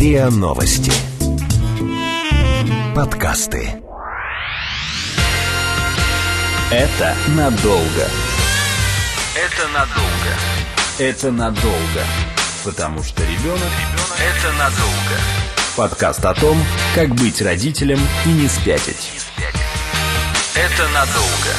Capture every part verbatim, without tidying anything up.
РИА Новости. Подкасты. Это надолго. Это надолго. Это надолго. Потому что ребенок – это надолго. Подкаст о том, как быть родителем и не спятить. Это надолго.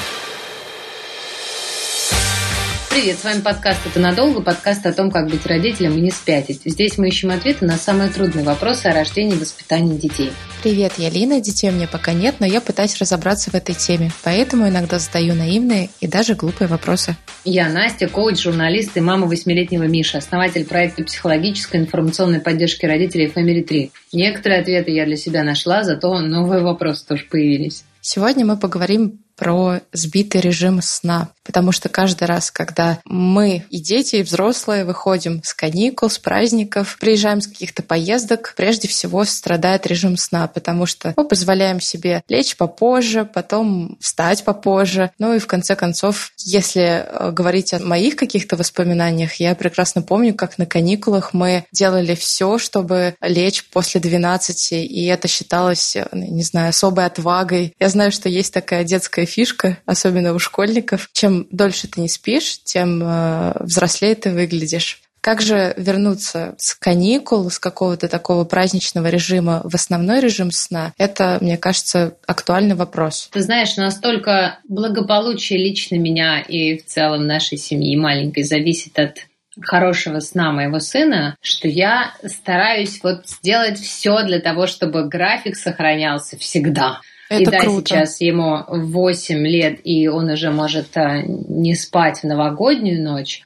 Привет, с вами подкаст «Это надолго», подкаст о том, как быть родителем и не спятить. Здесь мы ищем ответы на самые трудные вопросы о рождении и воспитании детей. Привет, я Лина, детей у меня пока нет, но я пытаюсь разобраться в этой теме, поэтому иногда задаю наивные и даже глупые вопросы. Я Настя, коуч, журналист и мама восьмилетнего Миши, основатель проекта психологической информационной поддержки родителей Family три. Некоторые ответы я для себя нашла, зато новые вопросы тоже появились. Сегодня мы поговорим про сбитый режим сна, потому что каждый раз, когда мы и дети, и взрослые выходим с каникул, с праздников, приезжаем с каких-то поездок, прежде всего страдает режим сна, потому что мы позволяем себе лечь попозже, потом встать попозже. Ну и в конце концов, если говорить о моих каких-то воспоминаниях, я прекрасно помню, как на каникулах мы делали все, чтобы лечь после двенадцати, и это считалось, не знаю, особой отвагой. Я знаю, что есть такая детская фишка, особенно у школьников. Чем дольше ты не спишь, тем э, взрослее ты выглядишь. Как же вернуться с каникул, с какого-то такого праздничного режима в основной режим сна? Это, мне кажется, актуальный вопрос. Ты знаешь, настолько благополучие лично меня и в целом нашей семьи маленькой зависит от хорошего сна моего сына, что я стараюсь вот сделать все для того, чтобы график сохранялся всегда. Это и да, круто. Сейчас ему восемь лет, и он уже может не спать в новогоднюю ночь.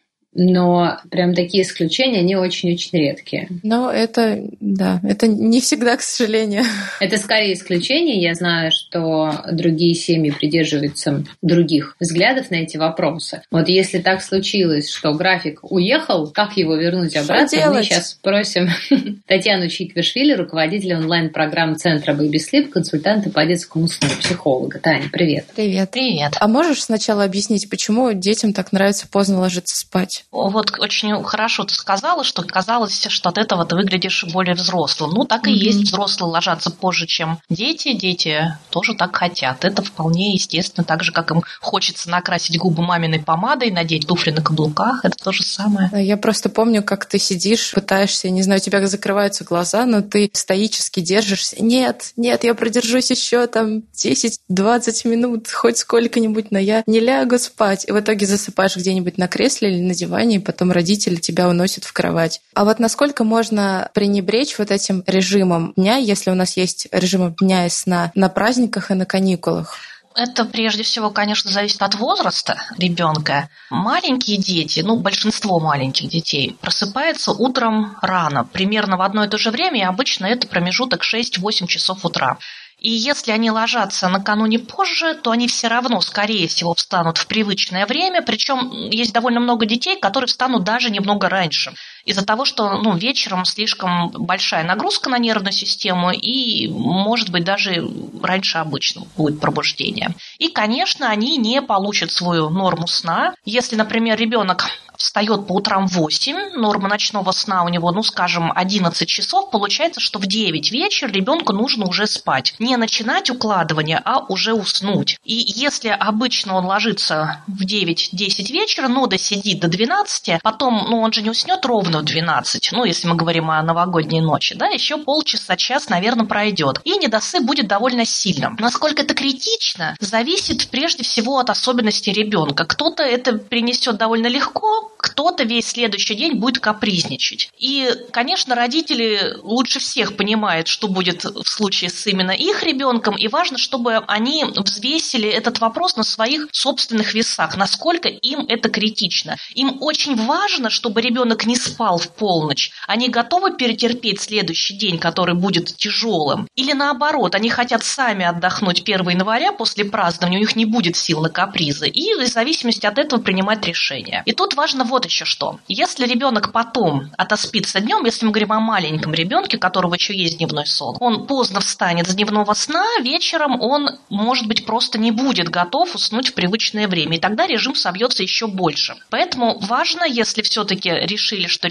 Но прям такие исключения, они очень-очень редкие. Но это, да, это не всегда, к сожалению. Это скорее исключение. Я знаю, что другие семьи придерживаются других взглядов на эти вопросы. Вот если так случилось, что график уехал, как его вернуть обратно? Мы сейчас спросим Татьяну Чиквишвили, руководителя онлайн-программ Центра Baby Sleep, консультанта по детскому сну, психолога. Таня, привет. Привет. Привет. А можешь сначала объяснить, почему детям так нравится поздно ложиться спать? Вот очень хорошо ты сказала, что казалось, что от этого ты выглядишь более взрослым. Ну, так и mm-hmm. есть. Взрослые ложатся позже, чем дети. Дети тоже так хотят. Это вполне естественно. Так же, как им хочется накрасить губы маминой помадой, надеть туфли на каблуках. Это то же самое. Я просто помню, как ты сидишь, пытаешься, не знаю, у тебя закрываются глаза, но ты стоически держишься. Нет, нет, я продержусь еще там десять-двадцать минут, хоть сколько-нибудь, но я не лягу спать. И в итоге засыпаешь где-нибудь на кресле или на диване, и потом родители тебя уносят в кровать. А вот насколько можно пренебречь вот этим режимом дня, если у нас есть режим дня и сна на праздниках и на каникулах? Это прежде всего, конечно, зависит от возраста ребенка. Маленькие дети, ну, большинство маленьких детей, просыпаются утром рано, примерно в одно и то же время, и обычно это промежуток шесть-восемь часов утра. И если они ложатся накануне позже, то они все равно, скорее всего, встанут в привычное время. Причем есть довольно много детей, которые встанут даже немного раньше. Из-за того, что ну, вечером слишком большая нагрузка на нервную систему, и, может быть, даже раньше обычного будет пробуждение. И, конечно, они не получат свою норму сна. Если, например, ребенок встает по утрам в восемь, норма ночного сна у него, ну, скажем, одиннадцать часов, получается, что в девять вечера ребенку нужно уже спать. Не начинать укладывание, а уже уснуть. И если обычно он ложится в девять-десять вечера, но досидит до двенадцати, потом, ну, он же не уснет ровно в двенадцать, ну, если мы говорим о новогодней ночи, да, еще полчаса-час, наверное, пройдет. И недосып будет довольно сильным. Насколько это критично, зависит прежде всего от особенностей ребенка. Кто-то это перенесет довольно легко, кто-то весь следующий день будет капризничать. И, конечно, родители лучше всех понимают, что будет в случае с именно их ребенком, и важно, чтобы они взвесили этот вопрос на своих собственных весах, насколько им это критично. Им очень важно, чтобы ребенок не спал в полночь. Они готовы перетерпеть следующий день, который будет тяжелым. Или наоборот, они хотят сами отдохнуть первого января после празднования, у них не будет сил на капризы, и в зависимости от этого принимать решения. И тут важно вот еще что. Если ребенок потом отоспится днем, если мы говорим о маленьком ребенке, у которого еще есть дневной сон, он поздно встанет с дневного сна, вечером он, может быть, просто не будет готов уснуть в привычное время, и тогда режим собьется еще больше. Поэтому важно, если все-таки решили, что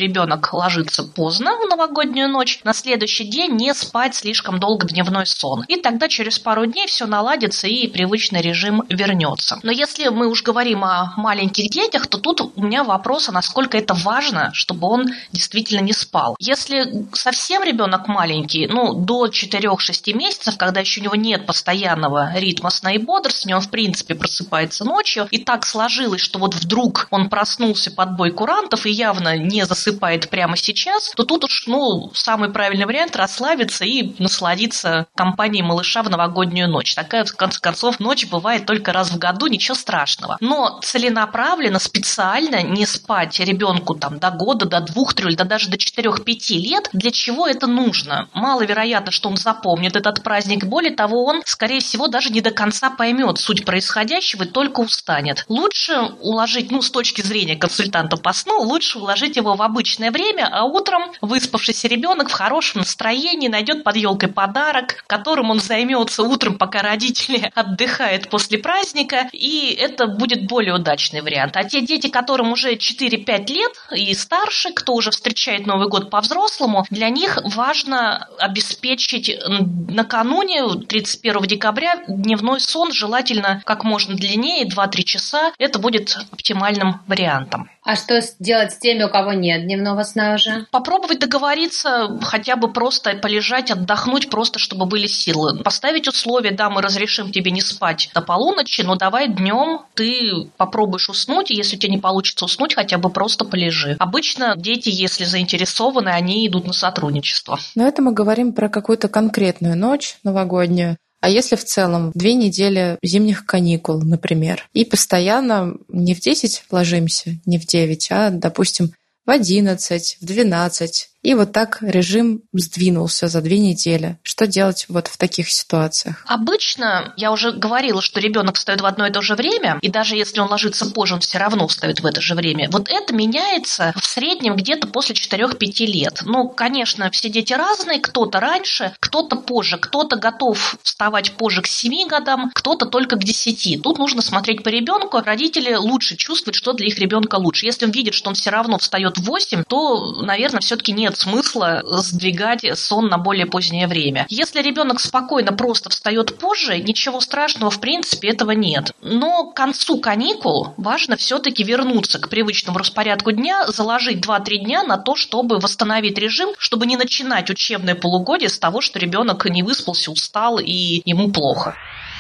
ребенок ложится поздно в новогоднюю ночь, на следующий день не спать слишком долго дневной сон. И тогда через пару дней все наладится и привычный режим вернется. Но если мы уж говорим о маленьких детях, то тут у меня вопрос, а насколько это важно, чтобы он действительно не спал. Если совсем ребенок маленький, ну, до четырех-шести месяцев, когда еще у него нет постоянного ритма сна и бодрствования, он в принципе просыпается ночью, и так сложилось, что вот вдруг он проснулся под бой курантов и явно не засыпает прямо сейчас, то тут уж, ну, самый правильный вариант расслабиться и насладиться компанией малыша в новогоднюю ночь. Такая, в конце концов, ночь бывает только раз в году, ничего страшного. Но целенаправленно, специально не спать ребенку там до года, до двух, трех, да даже до четырех-пяти лет, для чего это нужно? Маловероятно, что он запомнит этот праздник. Более того, он, скорее всего, даже не до конца поймет суть происходящего и только устанет. Лучше уложить, ну, с точки зрения консультанта по сну, лучше уложить его в обычное время, а утром выспавшийся ребенок в хорошем настроении найдет под елкой подарок, которым он займется утром, пока родители отдыхают после праздника, и это будет более удачный вариант. А те дети, которым уже четыре-пять лет и старше, кто уже встречает Новый год по-взрослому, для них важно обеспечить накануне, тридцать первого декабря, дневной сон, желательно как можно длиннее, два-три часа. Это будет оптимальным вариантом. А что делать с теми, у кого нет дневного сна уже? Попробовать договориться, хотя бы просто полежать, отдохнуть, просто чтобы были силы. Поставить условие: да, мы разрешим тебе не спать до полуночи, но давай днем ты попробуешь уснуть, и если у тебя не получится уснуть, хотя бы просто полежи. Обычно дети, если заинтересованы, они идут на сотрудничество. Но это мы говорим про какую-то конкретную ночь новогоднюю. А если в целом две недели зимних каникул, например, и постоянно не в десять ложимся, не в девять, а, допустим, в одиннадцать, в двенадцать, и вот так режим сдвинулся за две недели. Что делать вот в таких ситуациях? Обычно, я уже говорила, что ребенок встает в одно и то же время, и даже если он ложится позже, он все равно встает в это же время. Вот это меняется в среднем где-то после четырех-пяти лет. Ну, конечно, все дети разные, кто-то раньше, кто-то позже, кто-то готов вставать позже к семи годам, кто-то только к десяти. Тут нужно смотреть по ребенку. Родители лучше чувствуют, что для их ребенка лучше. Если он видит, что он все равно встает в восемь, то, наверное, все-таки нет смысла сдвигать сон на более позднее время. Если ребенок спокойно просто встает позже, ничего страшного в принципе этого нет. Но к концу каникул важно все-таки вернуться к привычному распорядку дня, заложить два-три дня на то, чтобы восстановить режим, чтобы не начинать учебное полугодие с того, что ребенок не выспался, устал и ему плохо.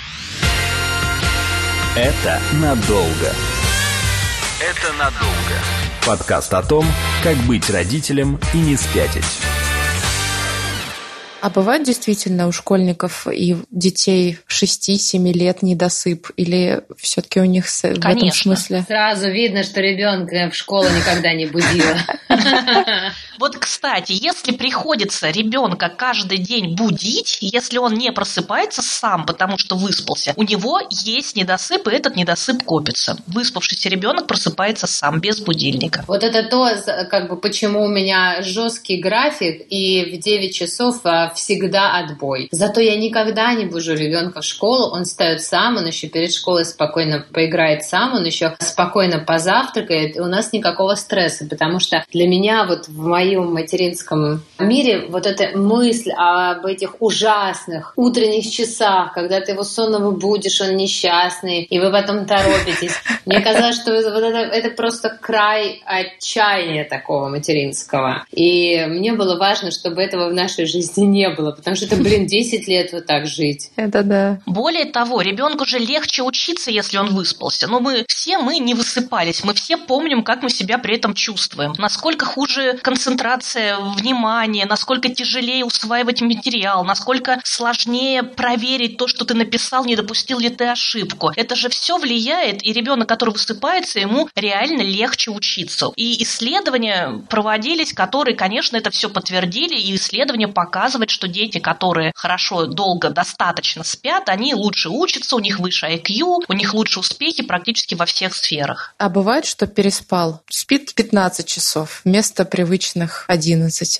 Это надолго. Это надолго. Подкаст о том, как быть родителем и не спятить. А бывает действительно у школьников и детей шести-семи лет недосып? Или все-таки у них в этом смысле? Сразу видно, что ребенка в школу никогда не будила. Вот, кстати, если приходится ребенка каждый день будить, если он не просыпается сам, потому что выспался, у него есть недосып, и этот недосып копится. Выспавшийся ребенок просыпается сам, без будильника. Вот это то, как бы, почему у меня жесткий график, и в девять часов всегда отбой. Зато я никогда не бужу ребенка в школу, он встает сам, он еще перед школой спокойно поиграет сам, он еще спокойно позавтракает, и у нас никакого стресса, потому что для меня вот в моей В моем материнском мире вот эта мысль об этих ужасных утренних часах, когда ты его сонного будешь, он несчастный, и вы потом торопитесь. Мне казалось, что вот это, это просто край отчаяния такого материнского. И мне было важно, чтобы этого в нашей жизни не было, потому что это, блин, десять лет вот так жить. Это да. Более того, ребенку же легче учиться, если он выспался. Но мы все мы не высыпались, мы все помним, как мы себя при этом чувствуем. Насколько хуже концентрация, внимание, насколько тяжелее усваивать материал, насколько сложнее проверить то, что ты написал, не допустил ли ты ошибку. Это же все влияет, и ребенок, который высыпается, ему реально легче учиться. И исследования проводились, которые, конечно, это все подтвердили, и исследования показывают, что дети, которые хорошо, долго, достаточно спят, они лучше учатся, у них выше ай кью, у них лучше успехи практически во всех сферах. А бывает, что переспал, спит пятнадцать часов вместо привычных одиннадцати там.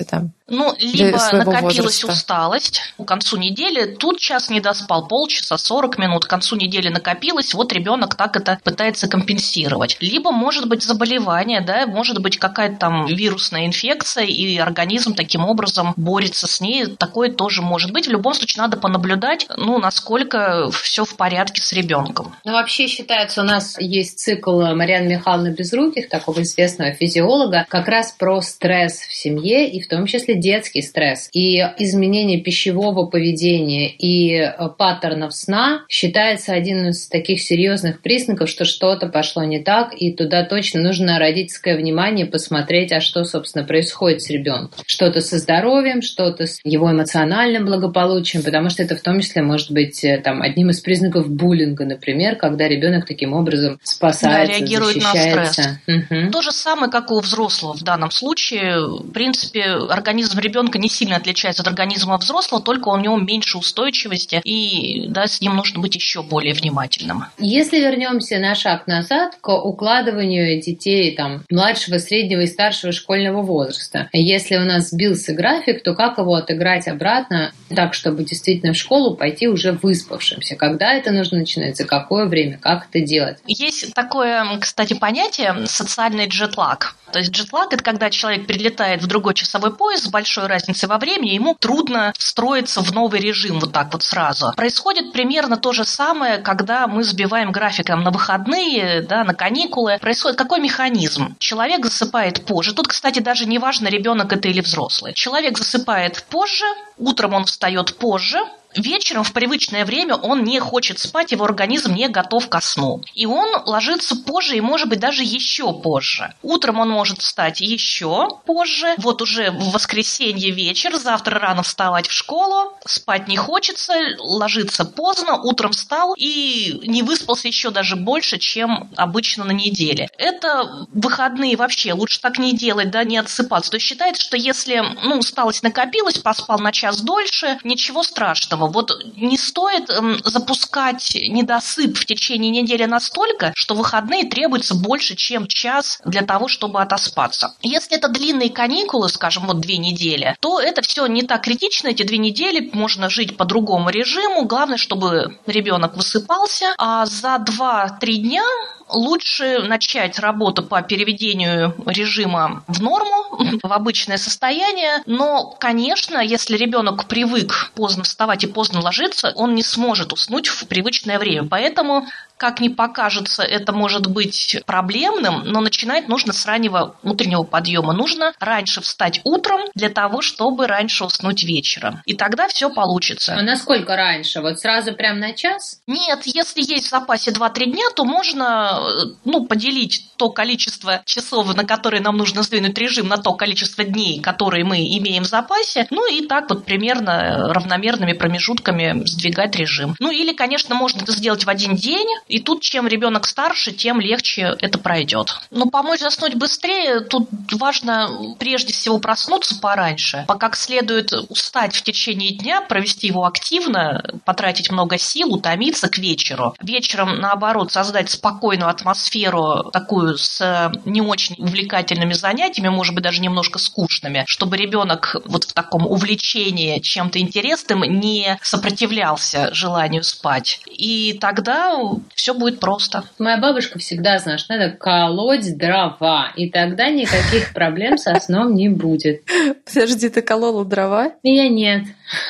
Ну, либо накопилась возраста. Усталость к концу недели, тут час не доспал, полчаса, сорок минут, к концу недели накопилось, вот ребенок так это пытается компенсировать. Либо может быть заболевание, да, может быть какая-то там вирусная инфекция, и организм таким образом борется с ней, такое тоже может быть. В любом случае надо понаблюдать, ну, насколько все в порядке с ребенком. Ну, вообще считается, у нас есть цикл Марьяны Михайловны Безруких, такого известного физиолога, как раз про стресс в семье, и в том числе детский стресс. И изменение пищевого поведения и паттернов сна считается один из таких серьезных признаков, что что-то пошло не так, и туда точно нужно родительское внимание посмотреть, а что, собственно, происходит с ребенком. Что-то со здоровьем, что-то с его эмоциональным благополучием, потому что это в том числе может быть там, одним из признаков буллинга, например, когда ребенок таким образом спасается, да, реагирует защищается. На стресс. Угу. То же самое, как и у взрослого в данном случае. В принципе, организм ребенка не сильно отличается от организма взрослого, только у него меньше устойчивости, и да, с ним нужно быть еще более внимательным. Если вернемся на шаг назад к укладыванию детей там, младшего, среднего и старшего школьного возраста, если у нас сбился график, то как его отыграть обратно так, чтобы действительно в школу пойти уже выспавшимся? Когда это нужно начинать? За какое время? Как это делать? Есть такое, кстати, понятие социальный джетлаг. То есть джетлаг – это когда человек прилетает в другой часовой пояс с большой разницей во времени, ему трудно встроиться в новый режим вот так вот сразу. Происходит примерно то же самое, когда мы сбиваем графиком на выходные, да, на каникулы. Происходит какой механизм? Человек засыпает позже. Тут, кстати, даже не важно, ребенок это или взрослый. Человек засыпает позже, утром он встает позже, вечером в привычное время он не хочет спать, его организм не готов ко сну. И он ложится позже и, может быть, даже еще позже. Утром он может встать еще позже. Вот уже в воскресенье вечер, завтра рано вставать в школу, спать не хочется, ложиться поздно, утром встал и не выспался еще даже больше, чем обычно на неделе. Это выходные вообще лучше так не делать, да, не отсыпаться. То есть считается, что если, ну, усталость накопилась, поспал на час дольше, ничего страшного. Вот не стоит эм, запускать недосып в течение недели настолько, что выходные требуется больше, чем час для того, чтобы отоспаться. Если это длинные каникулы, скажем, вот две недели, то это все не так критично. Эти две недели можно жить по другому режиму. Главное, чтобы ребенок высыпался. А за два-три дня лучше начать работу по переведению режима в норму, в обычное состояние. Но, конечно, если ребенок привык поздно вставать и поздно ложиться, он не сможет уснуть в привычное время. Поэтому, как ни покажется, это может быть проблемным, но начинать нужно с раннего утреннего подъема. Нужно раньше встать утром для того, чтобы раньше уснуть вечером. И тогда все получится. А насколько раньше? Вот сразу прям на час? Нет, если есть в запасе два-три дня, то можно, ну, поделить то количество часов, на которые нам нужно сдвинуть режим, на то количество дней, которые мы имеем в запасе. Ну и так вот примерно равномерными промежутками сдвигать режим. Ну или, конечно, можно это сделать в один день. И тут, чем ребенок старше, тем легче это пройдет. Но помочь заснуть быстрее, тут важно прежде всего проснуться пораньше, как следует устать в течение дня, провести его активно, потратить много сил, утомиться к вечеру. Вечером, наоборот, создать спокойную атмосферу, такую с не очень увлекательными занятиями, может быть, даже немножко скучными, чтобы ребенок вот в таком увлечении чем-то интересным не сопротивлялся желанию спать. И тогда все будет просто. Моя бабушка всегда, знаешь, надо колоть дрова, и тогда никаких проблем со сном не будет. Подожди, ты колола дрова? Я нет.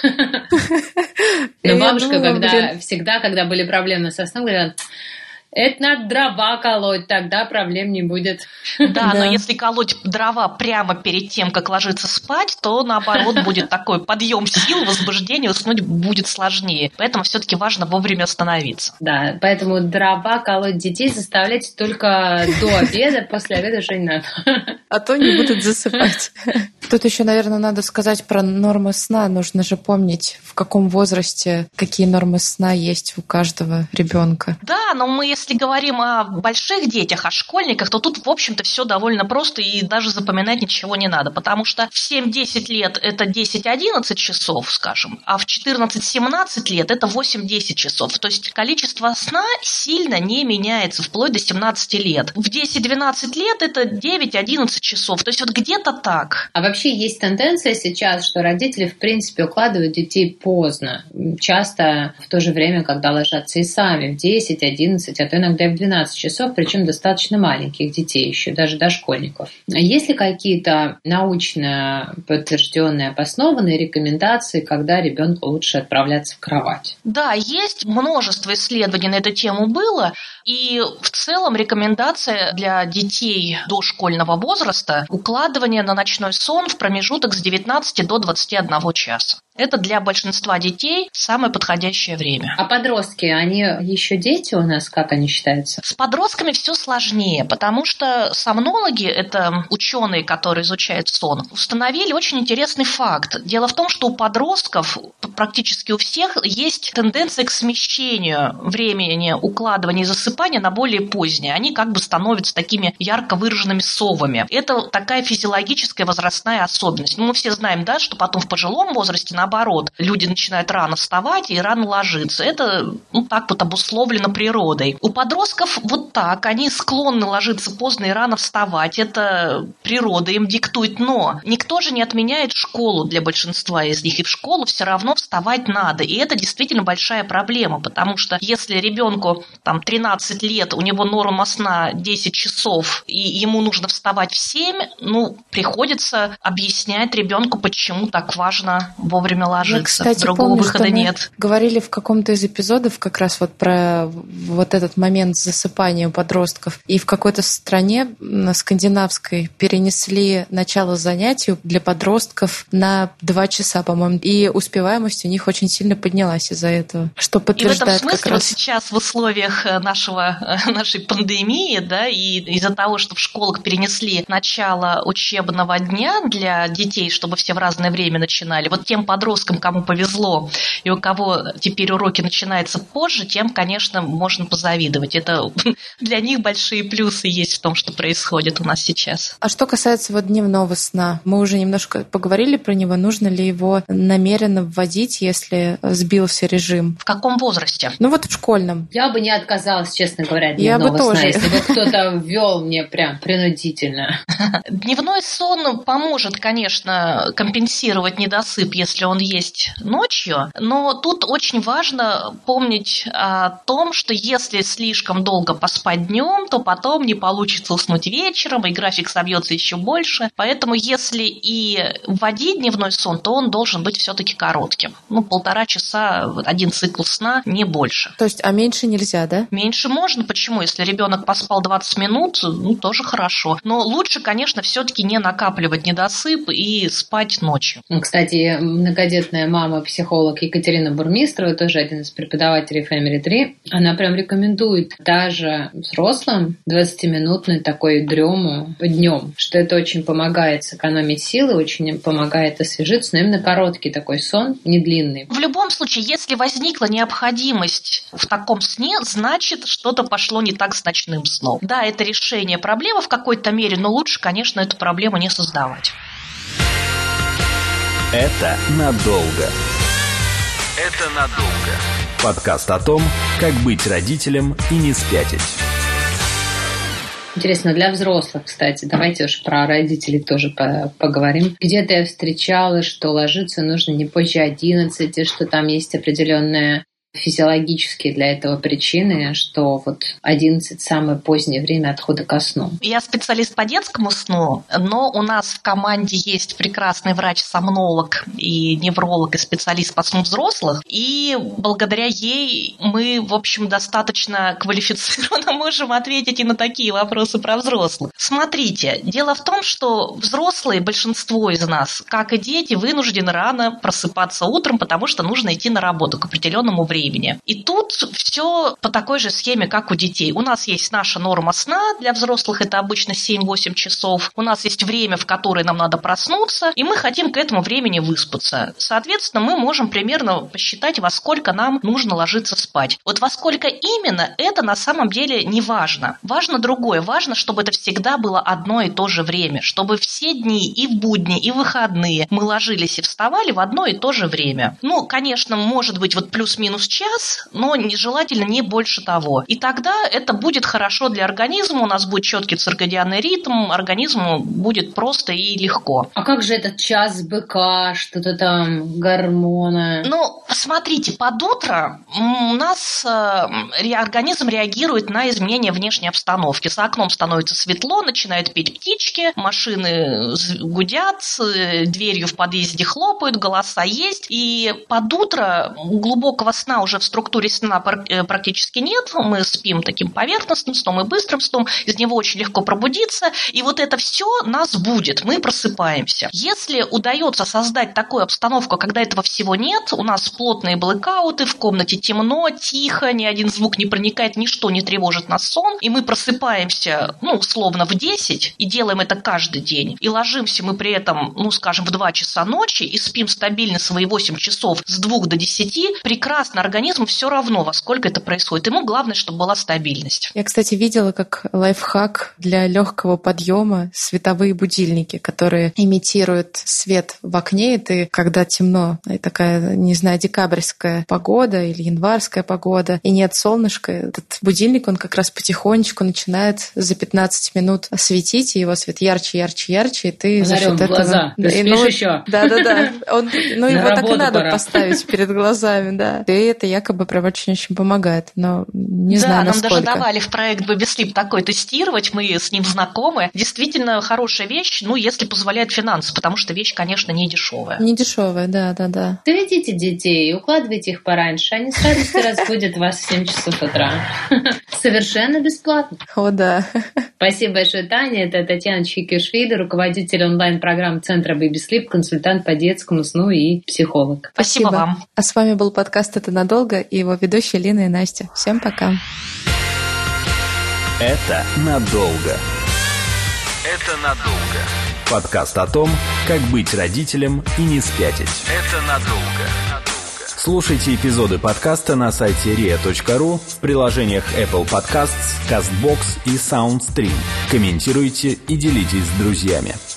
Но бабушка, когда всегда, когда были проблемы со сном, говорила: это надо дрова колоть, тогда проблем не будет. Да, да, но если колоть дрова прямо перед тем, как ложиться спать, то наоборот будет такой подъем сил, возбуждение, уснуть будет сложнее. Поэтому все-таки важно вовремя остановиться. Да, поэтому дрова колоть детей заставляйте только до обеда, после обеда уже не надо. А то не будут засыпать. Тут еще, наверное, надо сказать про нормы сна. Нужно же помнить, в каком возрасте какие нормы сна есть у каждого ребенка. Да, но мы, если если говорим о больших детях, о школьниках, то тут, в общем-то, все довольно просто и даже запоминать ничего не надо, потому что в семь-десять лет это десять-одиннадцать часов, скажем, а в четырнадцать-семнадцать лет это восемь-десять часов. То есть количество сна сильно не меняется вплоть до семнадцати лет. В десять-двенадцать лет это девять-одиннадцать часов. То есть вот где-то так. А вообще есть тенденция сейчас, что родители, в принципе, укладывают детей поздно. Часто в то же время, когда ложатся и сами, в десять-одиннадцать, а то иногда и в двенадцать часов, причем достаточно маленьких детей еще, даже дошкольников. Есть ли какие-то научно подтвержденные, обоснованные рекомендации, когда ребенку лучше отправляться в кровать? Да, есть множество исследований на эту тему было, и в целом рекомендация для детей дошкольного возраста – укладывание на ночной сон в промежуток с девятнадцати до двадцати одного часа. Это для большинства детей самое подходящее время. А подростки, они еще дети у нас, как они считаются? С подростками все сложнее, потому что сомнологи, это ученые, которые изучают сон, установили очень интересный факт. Дело в том, что у подростков, практически у всех, есть тенденция к смещению времени укладывания и засыпания на более позднее. Они как бы становятся такими ярко выраженными совами. Это такая физиологическая возрастная особенность. Мы все знаем, да, что потом в пожилом возрасте, наоборот, люди начинают рано вставать и рано ложиться. Это, ну, так вот обусловлено природой. У подростков вот так. Они склонны ложиться поздно и рано вставать. Это природа им диктует. Но никто же не отменяет школу для большинства из них. И в школу все равно вставать надо. И это действительно большая проблема. Потому что если ребенку там тринадцать лет, у него норма сна десять часов, и ему нужно вставать в семь, ну, приходится объяснять ребенку, почему так важно вовремя ложиться. Я, кстати, Другого помню, выхода что мы нет. Говорили в каком-то из эпизодов как раз вот про вот этот момент засыпания у подростков. И в какой-то стране скандинавской перенесли начало занятий для подростков на два часа, по-моему. И успеваемость у них очень сильно поднялась из-за этого. Что подтверждает и в этом смысле как раз... вот сейчас в условиях нашего, нашей пандемии, да, и из-за того, что в школах перенесли начало учебного дня для детей, чтобы все в разное время начинали, вот тем подросткам, кому повезло, и у кого теперь уроки начинаются позже, тем, конечно, можно позавидовать. Это для них большие плюсы есть в том, что происходит у нас сейчас. А что касается вот дневного сна, мы уже немножко поговорили про него. Нужно ли его намеренно вводить, если сбился режим? В каком возрасте? Ну вот в школьном. Я бы не отказалась, честно говоря, от Я дневного бы тоже. сна, если бы кто-то ввел мне прям принудительно. Дневной сон поможет, конечно, компенсировать недосып, если он есть ночью, но тут очень важно помнить о том, что если слишком долго поспать днем, то потом не получится уснуть вечером, и график собьется еще больше. Поэтому если и вводить дневной сон, то он должен быть все-таки коротким. Ну, полтора часа, один цикл сна, не больше. То есть, а меньше нельзя, да? Меньше можно. Почему? Если ребенок поспал двадцать минут, ну, тоже хорошо. Но лучше, конечно, все-таки не накапливать недосып и спать ночью. Кстати, многодетная мама-психолог Екатерина Бурмистрова, тоже один из преподавателей Family три, она прям рекомендует даже взрослым двадцатиминутную такой дрему днем, что это очень помогает сэкономить силы, очень помогает освежиться, но именно короткий такой сон, не длинный. В любом случае, если возникла необходимость в таком сне, значит, что-то пошло не так с ночным сном. Да, это решение проблемы в какой-то мере, но лучше, конечно, эту проблему не создавать. Это надолго. Это надолго. Подкаст о том, как быть родителем и не спятить. Интересно, для взрослых, кстати, давайте уж про родителей тоже поговорим. Где-то я встречала, что ложиться нужно не позже одиннадцати, что там есть определенная физиологические для этого причины, что вот одиннадцать самое позднее время отхода ко сну. Я специалист по детскому сну, но у нас в команде есть прекрасный врач-сомнолог и невролог, и специалист по сну взрослых, и благодаря ей мы, в общем, достаточно квалифицированно можем ответить и на такие вопросы про взрослых. Смотрите, дело в том, что взрослые, большинство из нас, как и дети, вынуждены рано просыпаться утром, потому что нужно идти на работу к определенному времени. времени. И тут все по такой же схеме, как у детей. У нас есть наша норма сна, для взрослых это обычно семь-восемь часов. У нас есть время, в которое нам надо проснуться, и мы хотим к этому времени выспаться. Соответственно, мы можем примерно посчитать, во сколько нам нужно ложиться спать. Вот во сколько именно, это на самом деле не важно. Важно другое. Важно, чтобы это всегда было одно и то же время. Чтобы все дни, и в будни, и в выходные мы ложились и вставали в одно и то же время. Ну, конечно, может быть вот плюс-минус час, но нежелательно не больше того. И тогда это будет хорошо для организма, у нас будет четкий циркадианный ритм, организму будет просто и легко. А как же этот час быка, что-то там, гормоны? Ну, смотрите, под утро у нас э, организм реагирует на изменения внешней обстановки. За окном становится светло, начинают петь птички, машины гудят, дверью в подъезде хлопают, голоса есть. И под утро глубокого сна уже в структуре сна практически нет. Мы спим таким поверхностным сном и быстрым сном. Из него очень легко пробудиться. И вот это все нас будет. Мы просыпаемся. Если удается создать такую обстановку, когда этого всего нет, у нас плотные блэкауты, в комнате темно, тихо, ни один звук не проникает, ничто не тревожит нас сон, и мы просыпаемся, ну, условно, в десять, и делаем это каждый день, и ложимся мы при этом, ну, скажем, в два часа ночи, и спим стабильно свои восемь часов с двух до десяти, прекрасно организму все равно, во сколько это происходит. Ему главное, чтобы была стабильность. Я, кстати, видела, как лайфхак для легкого подъема световые будильники, которые имитируют свет в окне, и ты, когда темно, и такая, не знаю, декабрьская погода или январская погода, и нет солнышка, этот будильник, он как раз потихонечку начинает за пятнадцать минут светить, и его свет ярче, ярче, ярче, и ты за счет этого... глаза. Ты спишь ну, еще? Да-да-да. Он, ну, его так и надо пора. поставить перед глазами, да. И это якобы прям очень-очень помогает, но не да, знаю, нам насколько. даже давали в проект Baby Sleep такой тестировать, мы с ним знакомы. Действительно хорошая вещь, ну, если позволяет финансы, потому что вещь, конечно, не дешевая. Не дешевая, да-да-да. Заведите детей, укладывайте их пораньше, они с радостью разбудят вас в семь часов утра. Совершенно бесплатно. О, да. Спасибо большое, Таня. Это Татьяна Чикишвили, руководитель онлайн-программ Центра Baby Sleep, консультант по детскому сну и психолог. Спасибо, Спасибо вам. А с вами был подкаст «Это надолго» и его ведущие Лина и Настя. Всем пока. Это надолго. Это надолго. Подкаст о том, как быть родителем и не спятить. Это надолго. Слушайте эпизоды подкаста на сайте риа точка ру, в приложениях Apple Podcasts, CastBox и SoundStream. Комментируйте и делитесь с друзьями.